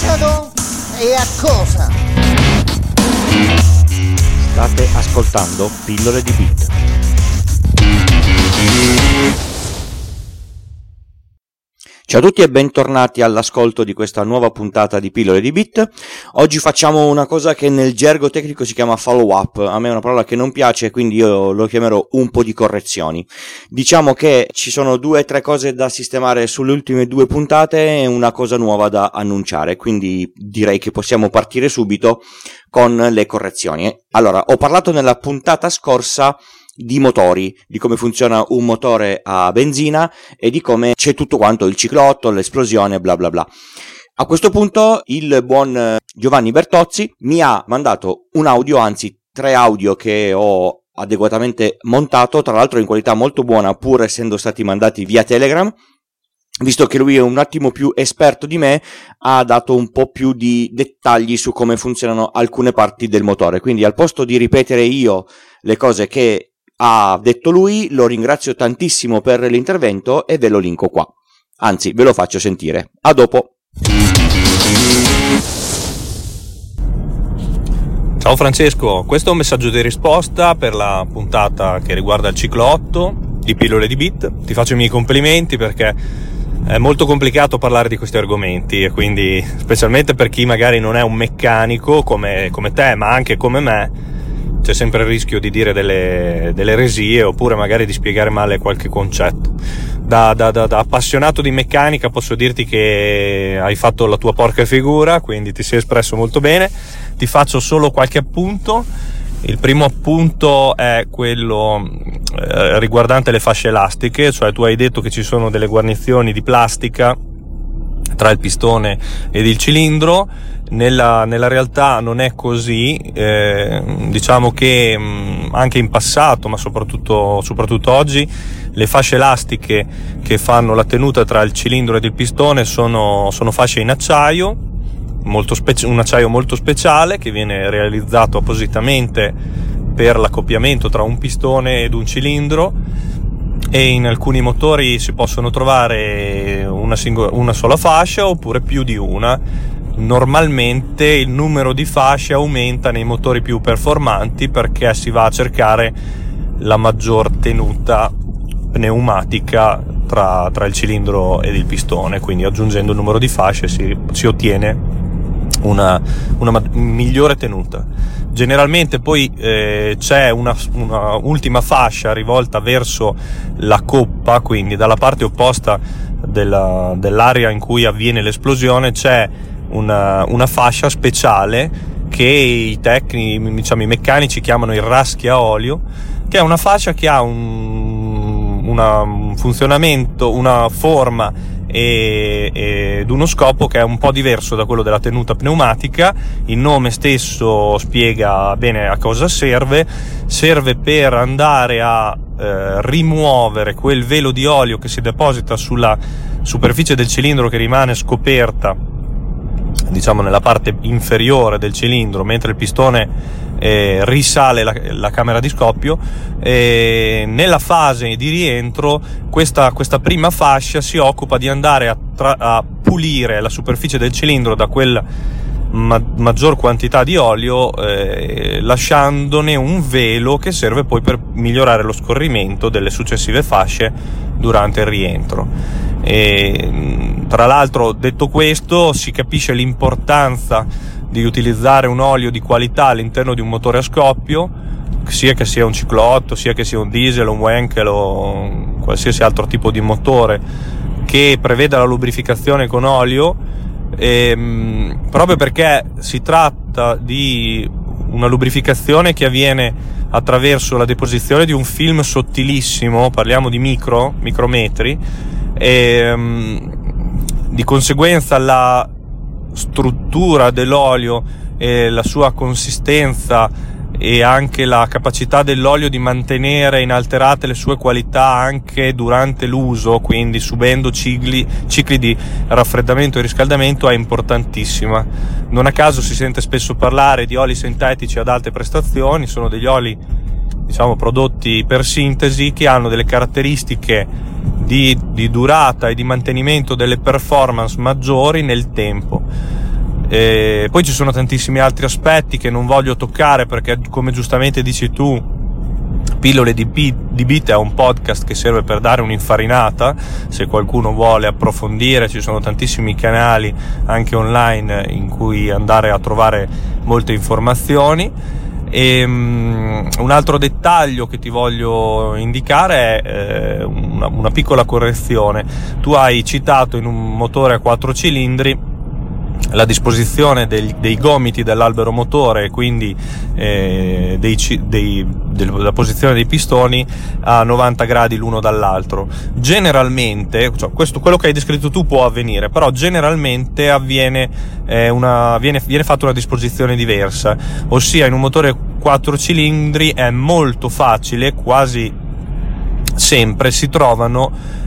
metodo e a cosa? State ascoltando Pillole di Bit. Ciao a tutti e bentornati all'ascolto di questa nuova puntata di Pillole di Bit. Oggi facciamo una cosa che nel gergo tecnico si chiama follow up. A me è una parola che non piace, quindi io lo chiamerò un po' di correzioni. Diciamo che ci sono 2 o 3 cose da sistemare sulle ultime 2 puntate e una cosa nuova da annunciare, quindi direi che possiamo partire subito con le correzioni. Allora, ho parlato nella puntata scorsa di motori, di come funziona un motore a benzina e di come c'è tutto quanto, il ciclotto, l'esplosione, bla bla bla. A questo punto il buon Giovanni Bertozzi mi ha mandato un audio, anzi 3 audio che ho adeguatamente montato, tra l'altro in qualità molto buona, pur essendo stati mandati via Telegram. Visto che lui è un attimo più esperto di me, ha dato un po' più di dettagli su come funzionano alcune parti del motore, quindi al posto di ripetere io le cose che ha detto lui, lo ringrazio tantissimo per l'intervento e ve lo linko qua, anzi ve lo faccio sentire. A dopo. Ciao Francesco, questo è un messaggio di risposta per la puntata che riguarda il ciclo 8 di Pillole di Bit. Ti faccio i miei complimenti perché è molto complicato parlare di questi argomenti e quindi, specialmente per chi magari non è un meccanico come te, ma anche come me, c'è sempre il rischio di dire delle eresie oppure magari di spiegare male qualche concetto. Da appassionato di meccanica posso dirti che hai fatto la tua porca figura, quindi ti sei espresso molto bene. Ti faccio solo qualche appunto. Il primo appunto è quello riguardante le fasce elastiche, cioè tu hai detto che ci sono delle guarnizioni di plastica tra il pistone ed il cilindro. Nella realtà non è così, diciamo che anche in passato, ma soprattutto oggi, le fasce elastiche che fanno la tenuta tra il cilindro ed il pistone sono fasce in acciaio, un acciaio molto speciale che viene realizzato appositamente per l'accoppiamento tra un pistone ed un cilindro, e in alcuni motori si possono trovare una sola fascia oppure più di una. Normalmente il numero di fasce aumenta nei motori più performanti perché si va a cercare la maggior tenuta pneumatica tra il cilindro ed il pistone, quindi aggiungendo il numero di fasce si ottiene una migliore tenuta. Generalmente poi c'è una ultima fascia rivolta verso la coppa, quindi dalla parte opposta dell'area in cui avviene l'esplosione c'è una fascia speciale che i meccanici chiamano il raschiaolio, che è una fascia che ha un funzionamento, una forma ed uno scopo che è un po' diverso da quello della tenuta pneumatica. Il nome stesso spiega bene a cosa serve per andare a rimuovere quel velo di olio che si deposita sulla superficie del cilindro, che rimane scoperta diciamo nella parte inferiore del cilindro mentre il pistone risale la camera di scoppio. Nella fase di rientro questa prima fascia si occupa di andare a pulire la superficie del cilindro da quella maggior quantità di olio, lasciandone un velo che serve poi per migliorare lo scorrimento delle successive fasce durante il rientro. E tra l'altro, detto questo, si capisce l'importanza di utilizzare un olio di qualità all'interno di un motore a scoppio, sia che sia un ciclo 8, sia che sia un diesel, un Wankel o qualsiasi altro tipo di motore che preveda la lubrificazione con olio, proprio perché si tratta di una lubrificazione che avviene attraverso la deposizione di un film sottilissimo, parliamo di micrometri, e di conseguenza la struttura dell'olio e la sua consistenza e anche la capacità dell'olio di mantenere inalterate le sue qualità anche durante l'uso, quindi subendo cicli di raffreddamento e riscaldamento, è importantissima. Non a caso si sente spesso parlare di oli sintetici ad alte prestazioni. Sono degli oli, diciamo, prodotti per sintesi, che hanno delle caratteristiche di durata e di mantenimento delle performance maggiori nel tempo. Poi ci sono tantissimi altri aspetti che non voglio toccare, perché come giustamente dici tu, Pillole di Bit è un podcast che serve per dare un'infarinata. Se qualcuno vuole approfondire, ci sono tantissimi canali anche online in cui andare a trovare molte informazioni. E un altro dettaglio che ti voglio indicare è una piccola correzione. Tu hai citato in un motore a 4 cilindri la disposizione dei gomiti dell'albero motore, quindi della posizione dei pistoni a 90 gradi l'uno dall'altro. Generalmente, cioè quello che hai descritto tu può avvenire, però generalmente viene fatta una disposizione diversa, ossia in un motore 4 cilindri è molto facile, quasi sempre si trovano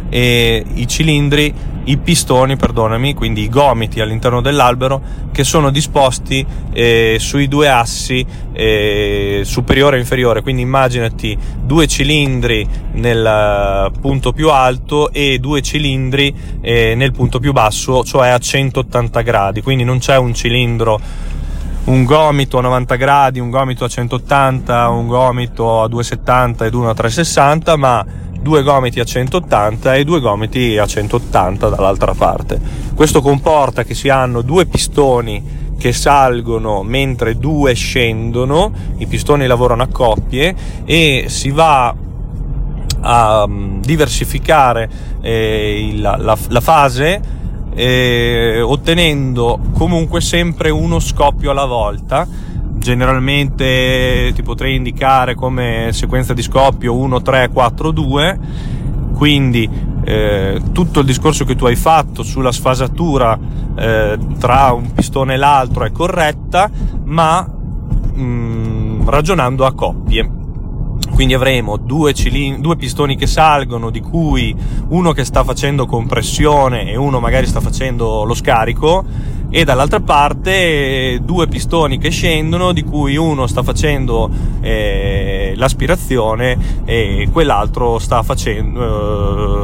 i pistoni, quindi i gomiti all'interno dell'albero, che sono disposti sui due assi superiore e inferiore. Quindi immaginati 2 cilindri nel punto più alto e 2 cilindri nel punto più basso, cioè a 180 gradi. Quindi non c'è un gomito a 90 gradi, un gomito a 180, un gomito a 270 ed uno a 360, ma 2 gomiti a 180 e 2 gomiti a 180 dall'altra parte. Questo comporta che si hanno 2 pistoni che salgono mentre 2 scendono. I pistoni lavorano a coppie e si va a diversificare la fase, ottenendo comunque sempre uno scoppio alla volta. Generalmente ti potrei indicare come sequenza di scoppio 1, 3, 4, 2, quindi tutto il discorso che tu hai fatto sulla sfasatura tra un pistone e l'altro è corretta, ma ragionando a coppie. Quindi avremo 2 pistoni che salgono, di cui uno che sta facendo compressione e uno magari sta facendo lo scarico, e dall'altra parte 2 pistoni che scendono, di cui uno sta facendo l'aspirazione e quell'altro sta facendo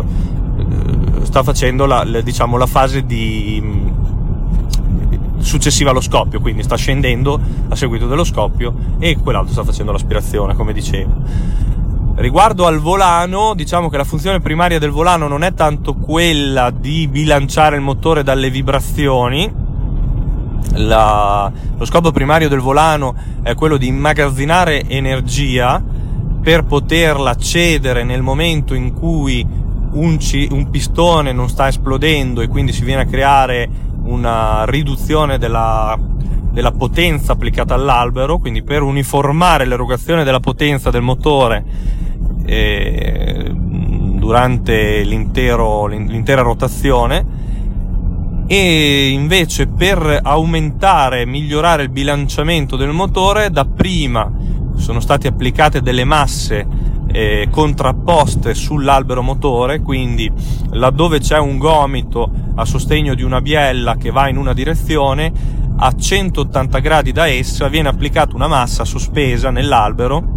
la fase successiva allo scoppio, quindi sta scendendo a seguito dello scoppio e quell'altro sta facendo l'aspirazione, come dicevo. Riguardo al volano, diciamo che la funzione primaria del volano non è tanto quella di bilanciare il motore dalle vibrazioni. Lo scopo primario del volano è quello di immagazzinare energia per poterla cedere nel momento in cui un pistone non sta esplodendo e quindi si viene a creare una riduzione della potenza applicata all'albero, quindi per uniformare l'erogazione della potenza del motore durante l'intera rotazione. E invece per aumentare e migliorare il bilanciamento del motore, dapprima sono state applicate delle masse contrapposte sull'albero motore, quindi laddove c'è un gomito a sostegno di una biella che va in una direzione, a 180 gradi da essa viene applicata una massa sospesa nell'albero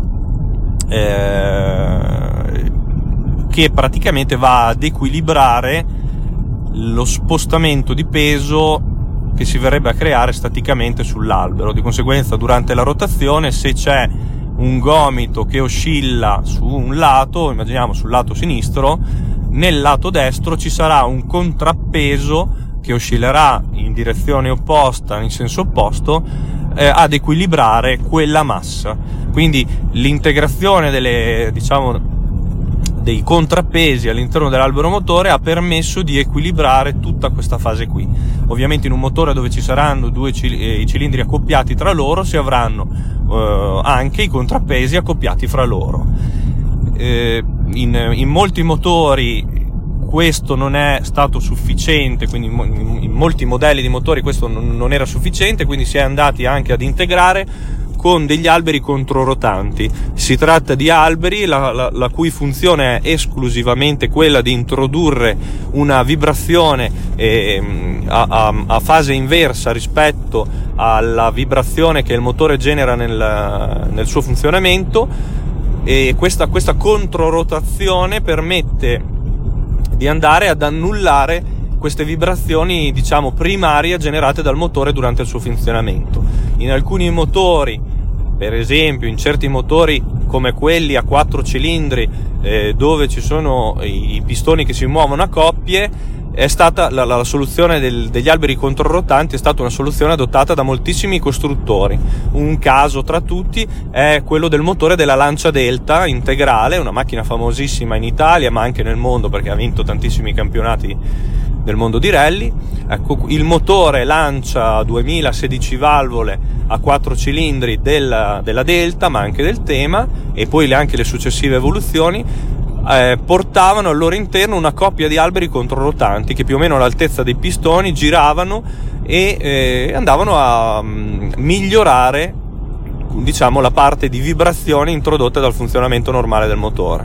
che praticamente va ad equilibrare lo spostamento di peso che si verrebbe a creare staticamente sull'albero. Di conseguenza, durante la rotazione, se c'è un gomito che oscilla su un lato, immaginiamo sul lato sinistro, nel lato destro ci sarà un contrappeso che oscillerà in direzione opposta, in senso opposto, ad equilibrare quella massa. Quindi l'integrazione dei contrappesi all'interno dell'albero motore ha permesso di equilibrare tutta questa fase qui. Ovviamente in un motore dove ci saranno i cilindri accoppiati tra loro, si avranno anche i contrappesi accoppiati fra loro. In molti motori questo non è stato sufficiente, quindi in molti modelli di motori questo non era sufficiente, quindi si è andati anche ad integrare con degli alberi controrotanti. Si tratta di alberi la cui funzione è esclusivamente quella di introdurre una vibrazione a fase inversa rispetto alla vibrazione che il motore genera nel suo funzionamento, e questa controrotazione permette di andare ad annullare queste vibrazioni, diciamo, primarie generate dal motore durante il suo funzionamento. In alcuni motori, per esempio in certi motori come quelli a 4 cilindri, dove ci sono i pistoni che si muovono a coppie, è stata la soluzione degli alberi controrotanti è stata una soluzione adottata da moltissimi costruttori. Un caso tra tutti è quello del motore della Lancia Delta integrale, una macchina famosissima in Italia ma anche nel mondo, perché ha vinto tantissimi campionati del mondo di rally. Ecco, il motore Lancia 2016 valvole a 4 cilindri della Delta, ma anche del Tema, e poi anche le successive evoluzioni, portavano al loro interno una coppia di alberi controrotanti che più o meno all'altezza dei pistoni giravano e andavano a migliorare, diciamo, la parte di vibrazione introdotta dal funzionamento normale del motore.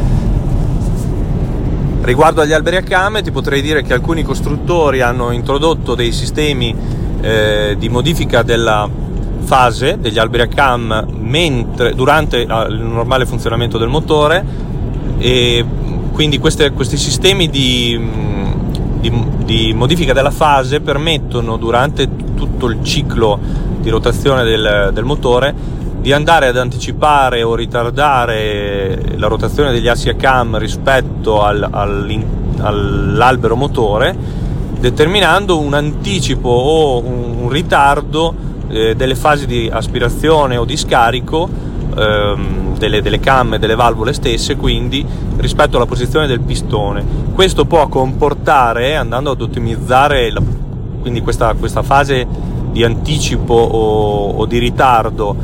Riguardo agli alberi a camme, ti potrei dire che alcuni costruttori hanno introdotto dei sistemi di modifica della fase degli alberi a cam durante il normale funzionamento del motore, e quindi questi sistemi di modifica della fase permettono durante tutto il ciclo di rotazione del motore di andare ad anticipare o ritardare la rotazione degli assi a cam rispetto all'albero motore, determinando un anticipo o un ritardo delle fasi di aspirazione o di scarico delle camme, delle valvole stesse, quindi rispetto alla posizione del pistone. Questo può comportare, andando ad ottimizzare quindi questa fase di anticipo o di ritardo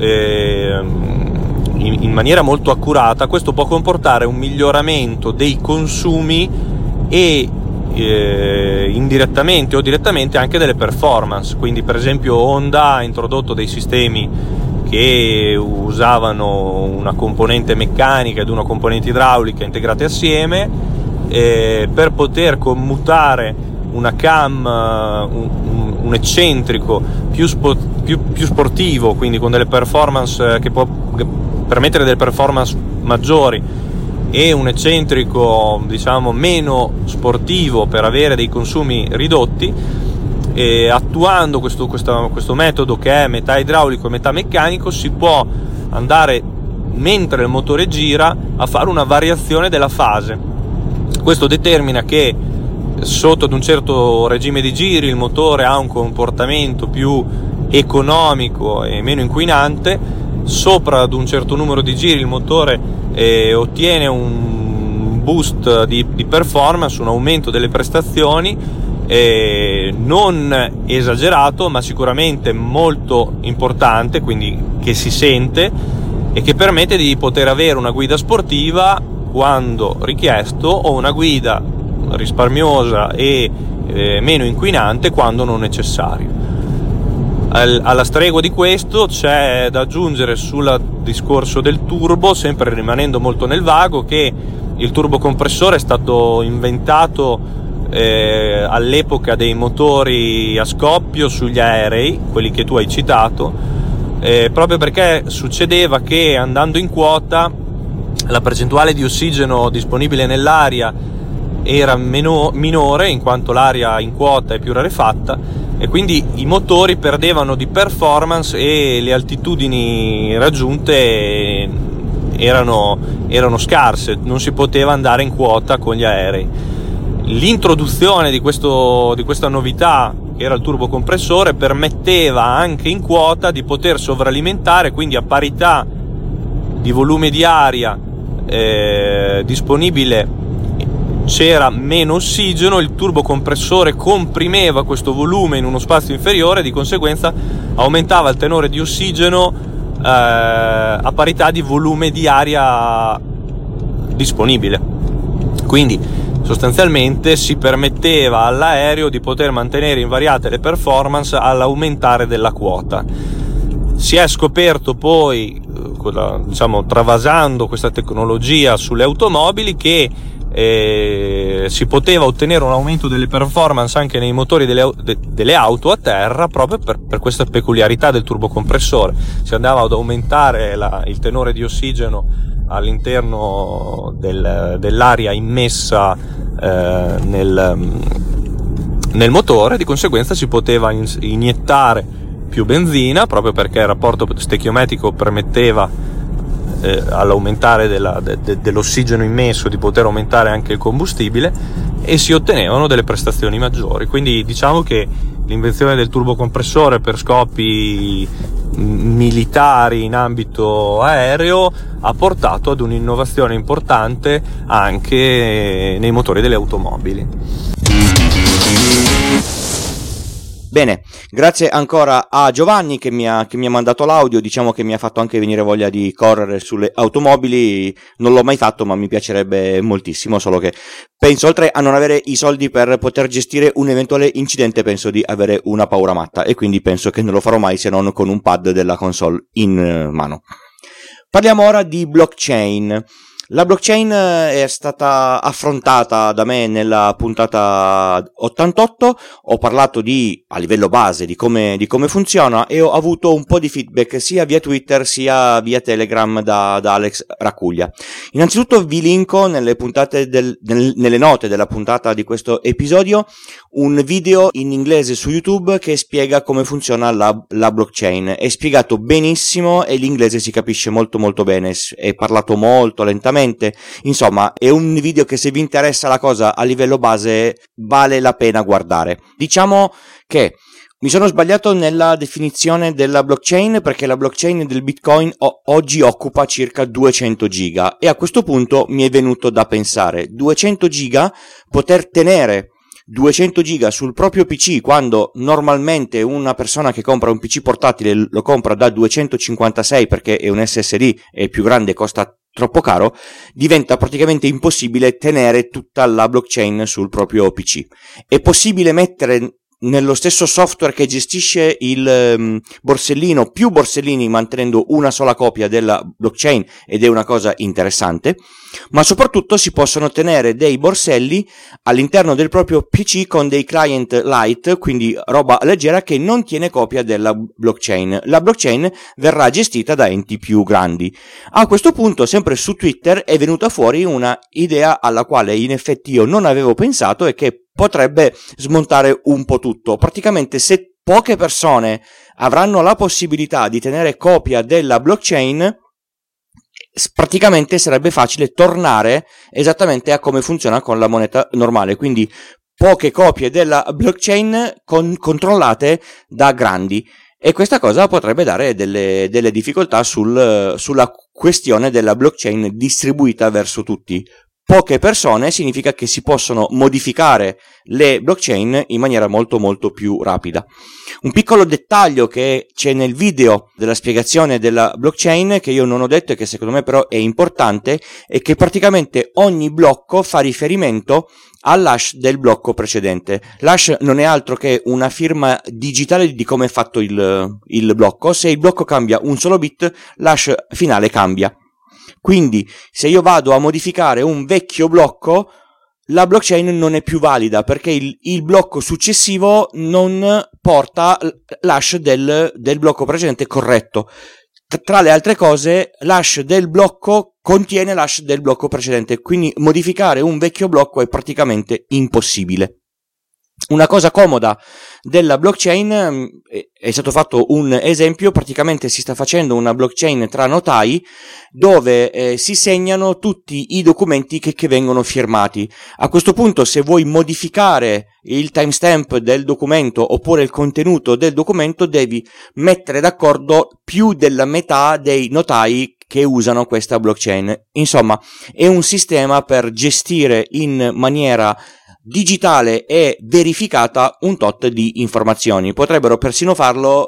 in maniera molto accurata, questo può comportare un miglioramento dei consumi e indirettamente o direttamente anche delle performance. Quindi per esempio Honda ha introdotto dei sistemi che usavano una componente meccanica ed una componente idraulica integrate assieme per poter commutare una cam, un eccentrico più sportivo, quindi con delle performance che può permettere delle performance maggiori, e un eccentrico, diciamo, meno sportivo per avere dei consumi ridotti. E attuando questo metodo, che è metà idraulico e metà meccanico, si può andare, mentre il motore gira, a fare una variazione della fase. Questo determina che sotto ad un certo regime di giri il motore ha un comportamento più economico e meno inquinante, sopra ad un certo numero di giri il motore ottiene un boost di performance, un aumento delle prestazioni, non esagerato ma sicuramente molto importante, quindi che si sente e che permette di poter avere una guida sportiva quando richiesto, o una guida risparmiosa e meno inquinante quando non necessario. Alla stregua di questo c'è da aggiungere sul discorso del turbo, sempre rimanendo molto nel vago, che il turbocompressore è stato inventato all'epoca dei motori a scoppio sugli aerei, quelli che tu hai citato, proprio perché succedeva che andando in quota la percentuale di ossigeno disponibile nell'aria era minore, in quanto l'aria in quota è più rarefatta, e quindi i motori perdevano di performance e le altitudini raggiunte erano scarse, non si poteva andare in quota con gli aerei. L'introduzione di questa novità, che era il turbocompressore, permetteva anche in quota di poter sovralimentare, quindi a parità di volume di aria disponibile c'era meno ossigeno, il turbocompressore comprimeva questo volume in uno spazio inferiore, di conseguenza aumentava il tenore di ossigeno a parità di volume di aria disponibile. Quindi sostanzialmente si permetteva all'aereo di poter mantenere invariate le performance all'aumentare della quota. Si è scoperto poi, diciamo, travasando questa tecnologia sulle automobili, che si poteva ottenere un aumento delle performance anche nei motori delle auto a terra, proprio per questa peculiarità del turbocompressore. Si andava ad aumentare il tenore di ossigeno all'interno dell'aria immessa nel motore, di conseguenza si poteva iniettare più benzina, proprio perché il rapporto stechiometrico permetteva all'aumentare dell'ossigeno immesso di poter aumentare anche il combustibile, e si ottenevano delle prestazioni maggiori. Quindi diciamo che l'invenzione del turbocompressore per scopi militari in ambito aereo ha portato ad un'innovazione importante anche nei motori delle automobili. Bene, grazie ancora a Giovanni che mi ha mandato l'audio, diciamo che mi ha fatto anche venire voglia di correre sulle automobili. Non l'ho mai fatto, ma mi piacerebbe moltissimo, solo che penso, oltre a non avere i soldi per poter gestire un eventuale incidente, penso di avere una paura matta, e quindi penso che non lo farò mai se non con un pad della console in mano. Parliamo ora di blockchain. La blockchain è stata affrontata da me nella puntata 88, ho parlato a livello base di come funziona, e ho avuto un po' di feedback sia via Twitter sia via Telegram da Alex Raccuglia. Innanzitutto vi linko nelle note della puntata di questo episodio un video in inglese su YouTube che spiega come funziona la blockchain. È spiegato benissimo e l'inglese si capisce molto molto bene, è parlato molto lentamente. Insomma, è un video che, se vi interessa la cosa a livello base, vale la pena guardare. Diciamo che mi sono sbagliato nella definizione della blockchain, perché la blockchain del Bitcoin oggi occupa circa 200 giga, e a questo punto mi è venuto da pensare: 200 giga, poter tenere 200 giga sul proprio PC, quando normalmente una persona che compra un PC portatile lo compra da 256 perché è un SSD e il più grande costa troppo caro, diventa praticamente impossibile tenere tutta la blockchain sul proprio PC. È possibile mettere nello stesso software che gestisce il borsellino più borsellini, mantenendo una sola copia della blockchain, ed è una cosa interessante, ma soprattutto si possono tenere dei borselli all'interno del proprio PC con dei client light, quindi roba leggera che non tiene copia della blockchain. La blockchain verrà gestita da enti più grandi. A questo punto, sempre su Twitter, è venuta fuori una idea alla quale in effetti io non avevo pensato e che potrebbe smontare un po' tutto. Praticamente, se poche persone avranno la possibilità di tenere copia della blockchain, praticamente sarebbe facile tornare esattamente a come funziona con la moneta normale, quindi poche copie della blockchain controllate da grandi, e questa cosa potrebbe dare delle difficoltà sulla questione della blockchain distribuita verso tutti. Poche persone significa che si possono modificare le blockchain in maniera molto molto più rapida. Un piccolo dettaglio che c'è nel video della spiegazione della blockchain, che io non ho detto e che secondo me però è importante, è che praticamente ogni blocco fa riferimento all'hash del blocco precedente. L'hash non è altro che una firma digitale di come è fatto il blocco. Se il blocco cambia un solo bit, l'hash finale cambia. Quindi, se io vado a modificare un vecchio blocco, la blockchain non è più valida, perché il blocco successivo non porta l'hash del blocco precedente corretto. Tra le altre cose, l'hash del blocco contiene l'hash del blocco precedente, quindi modificare un vecchio blocco è praticamente impossibile. Una cosa comoda della blockchain, è stato fatto un esempio, praticamente si sta facendo una blockchain tra notai dove si segnano tutti i documenti che vengono firmati. A questo punto, se vuoi modificare il timestamp del documento oppure il contenuto del documento, devi mettere d'accordo più della metà dei notai che usano questa blockchain. Insomma, è un sistema per gestire in maniera digitale e verificata un tot di informazioni. Potrebbero persino farlo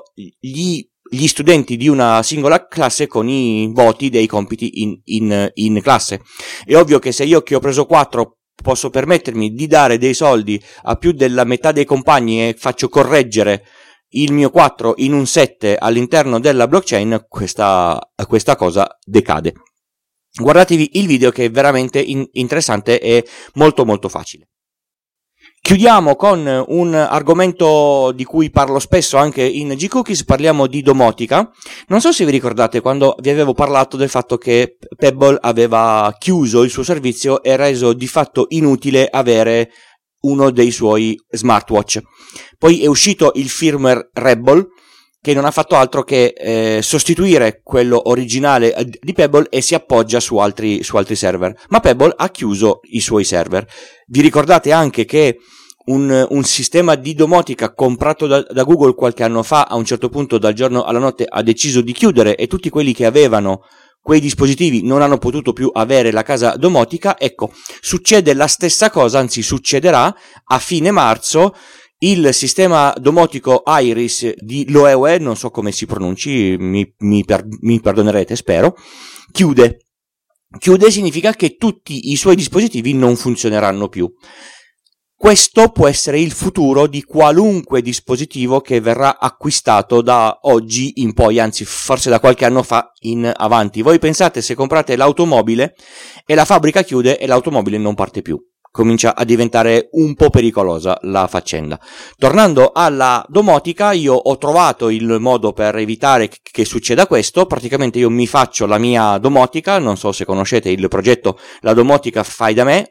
gli studenti di una singola classe con i voti dei compiti in classe. È ovvio che se io, che ho preso 4, posso permettermi di dare dei soldi a più della metà dei compagni e faccio correggere il mio 4 in un 7 all'interno della blockchain, questa cosa decade. Guardatevi il video, che è veramente interessante e molto molto facile. Chiudiamo con un argomento di cui parlo spesso anche in G-Cookies, parliamo di domotica. Non so se vi ricordate quando vi avevo parlato del fatto che Pebble aveva chiuso il suo servizio e reso di fatto inutile avere uno dei suoi smartwatch. Poi è uscito il firmware Rebel, che non ha fatto altro che sostituire quello originale di Pebble e si appoggia su altri server, ma Pebble ha chiuso i suoi server. Vi ricordate anche che un sistema di domotica comprato da Google qualche anno fa, a un certo punto dal giorno alla notte ha deciso di chiudere e tutti quelli che avevano quei dispositivi non hanno potuto più avere la casa domotica? Ecco, succede la stessa cosa, anzi succederà a fine marzo. Il sistema domotico Iris di Loewe, non so come si pronunci, mi perdonerete, spero, chiude. Chiude significa che tutti i suoi dispositivi non funzioneranno più. Questo può essere il futuro di qualunque dispositivo che verrà acquistato da oggi in poi, anzi forse da qualche anno fa in avanti. Voi pensate, se comprate l'automobile e la fabbrica chiude e l'automobile non parte più. Comincia a diventare un po' pericolosa la faccenda. Tornando alla domotica, io ho trovato il modo per evitare che succeda questo. Praticamente io mi faccio la mia domotica, non so se conoscete il progetto La Domotica Fai da Me,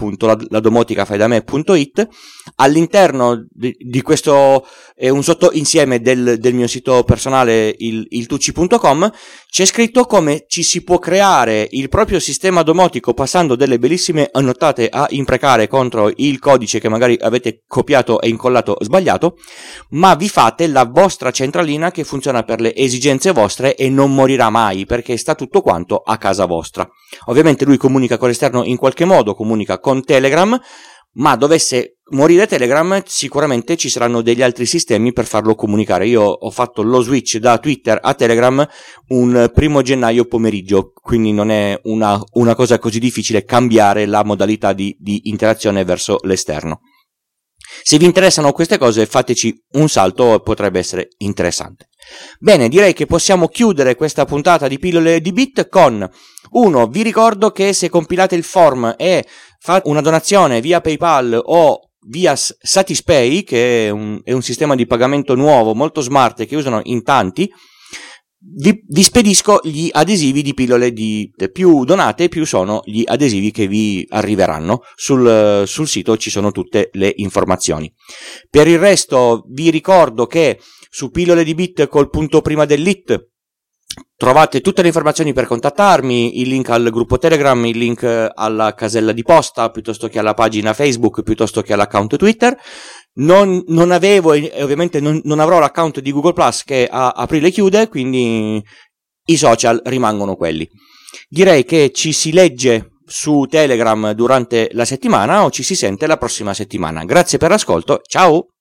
www.ladomoticafaidame.it. All'interno di questo è un sottoinsieme del mio sito personale, il tucci.com, c'è scritto come ci si può creare il proprio sistema domotico passando delle bellissime annottate a imprecare contro il codice che magari avete copiato e incollato sbagliato, ma vi fate la vostra centralina che funziona per le esigenze vostre e non morirà mai perché sta tutto quanto a casa vostra. Ovviamente lui comunica con l'esterno in qualche modo, comunica con Telegram, ma dovesse morire Telegram sicuramente ci saranno degli altri sistemi per farlo comunicare. Io ho fatto lo switch da Twitter a Telegram un 1 gennaio pomeriggio, quindi non è una cosa così difficile cambiare la modalità di interazione verso l'esterno. Se vi interessano queste cose fateci un salto, potrebbe essere interessante. Bene, direi che possiamo chiudere questa puntata di Pillole di Bit con 1. Vi ricordo che se compilate il form e fate una donazione via PayPal o via Satispay, che è un sistema di pagamento nuovo, molto smart, che usano in tanti, vi spedisco gli adesivi di Pillole di più donate, più sono gli adesivi che vi arriveranno. Sul sito ci sono tutte le informazioni. Per il resto vi ricordo che su Pillole di Bit col punto prima dell'it trovate tutte le informazioni per contattarmi, il link al gruppo Telegram, il link alla casella di posta, piuttosto che alla pagina Facebook, piuttosto che all'account Twitter. Non avevo e ovviamente non avrò l'account di Google Plus che a aprile chiude, quindi i social rimangono quelli. Direi che ci si legge su Telegram durante la settimana o ci si sente la prossima settimana. Grazie per l'ascolto, ciao!